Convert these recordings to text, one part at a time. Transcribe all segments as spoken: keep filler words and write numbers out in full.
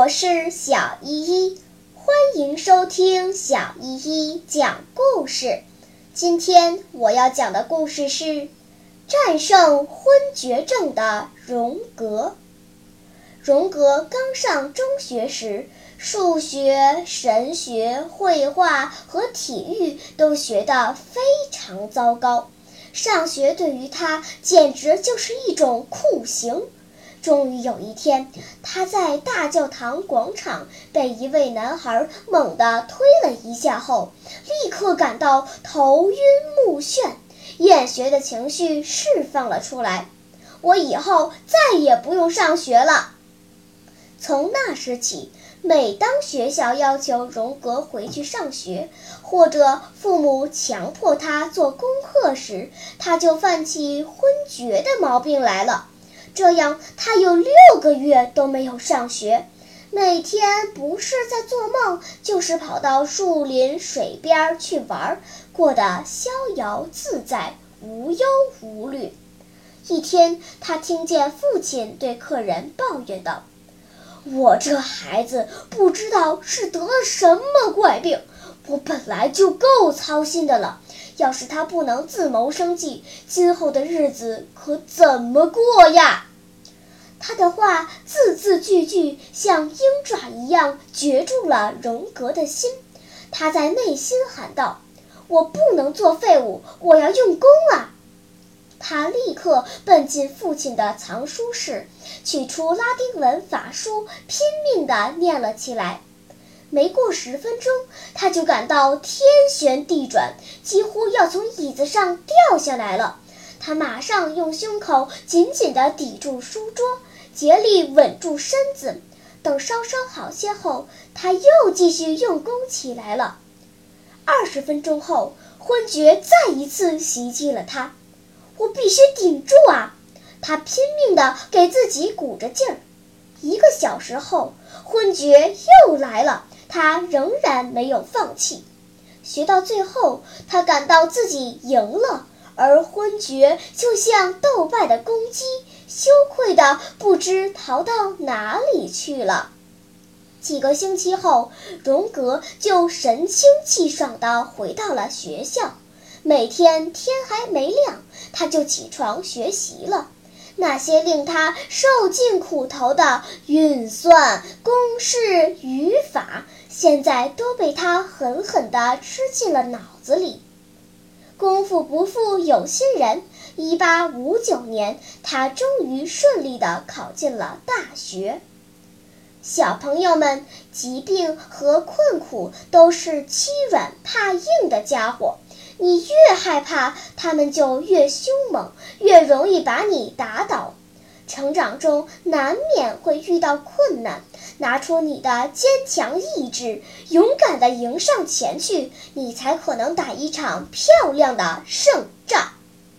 我是小依依，欢迎收听小依依讲故事。今天我要讲的故事是战胜昏厥症的荣格。荣格刚上中学时，数学、神学、绘画和体育都学得非常糟糕，上学对于他简直就是一种酷刑。终于有一天，他在大教堂广场被一位男孩猛地推了一下后，立刻感到头晕目眩，厌学的情绪释放了出来。我以后再也不用上学了。从那时起，每当学校要求荣格回去上学，或者父母强迫他做功课时，他就犯起昏厥的毛病来了。这样他有六个月都没有上学，每天不是在做梦，就是跑到树林水边去玩，过得逍遥自在，无忧无虑。一天，他听见父亲对客人抱怨道：“我这孩子不知道是得了什么怪病，我本来就够操心的了，要是他不能自谋生计，今后的日子可怎么过呀？”他的话字字句句像鹰爪一样攫住了荣格的心，他在内心喊道：“我不能做废物，我要用功啊！”他立刻奔进父亲的藏书室，取出拉丁文法书，拼命地念了起来。没过十分钟，他就感到天旋地转，几乎要从椅子上掉下来了。他马上用胸口紧紧地抵住书桌，竭力稳住身子。等稍稍好些后，他又继续用功起来了。二十分钟后，昏厥再一次袭击了他。我必须顶住啊！他拼命地给自己鼓着劲儿。一个小时后，昏厥又来了，他仍然没有放弃。学到最后，他感到自己赢了，而昏厥就像斗败的公鸡，羞愧地不知逃到哪里去了。几个星期后，荣格就神清气爽地回到了学校。每天天还没亮，他就起床学习了。那些令他受尽苦头的运算、公式、语法，现在都被他狠狠地吃进了脑子里。功夫不负有心人，一八五九年，他终于顺利地考进了大学。小朋友们，疾病和困苦都是欺软怕硬的家伙，你越害怕，他们就越凶猛，越容易把你打倒。成长中难免会遇到困难，拿出你的坚强意志，勇敢地迎上前去，你才可能打一场漂亮的胜仗。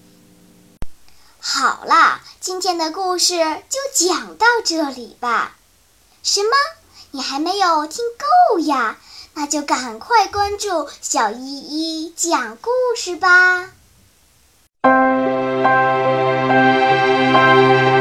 好啦，今天的故事就讲到这里吧。什么？你还没有听够呀？那就赶快关注小依依讲故事吧。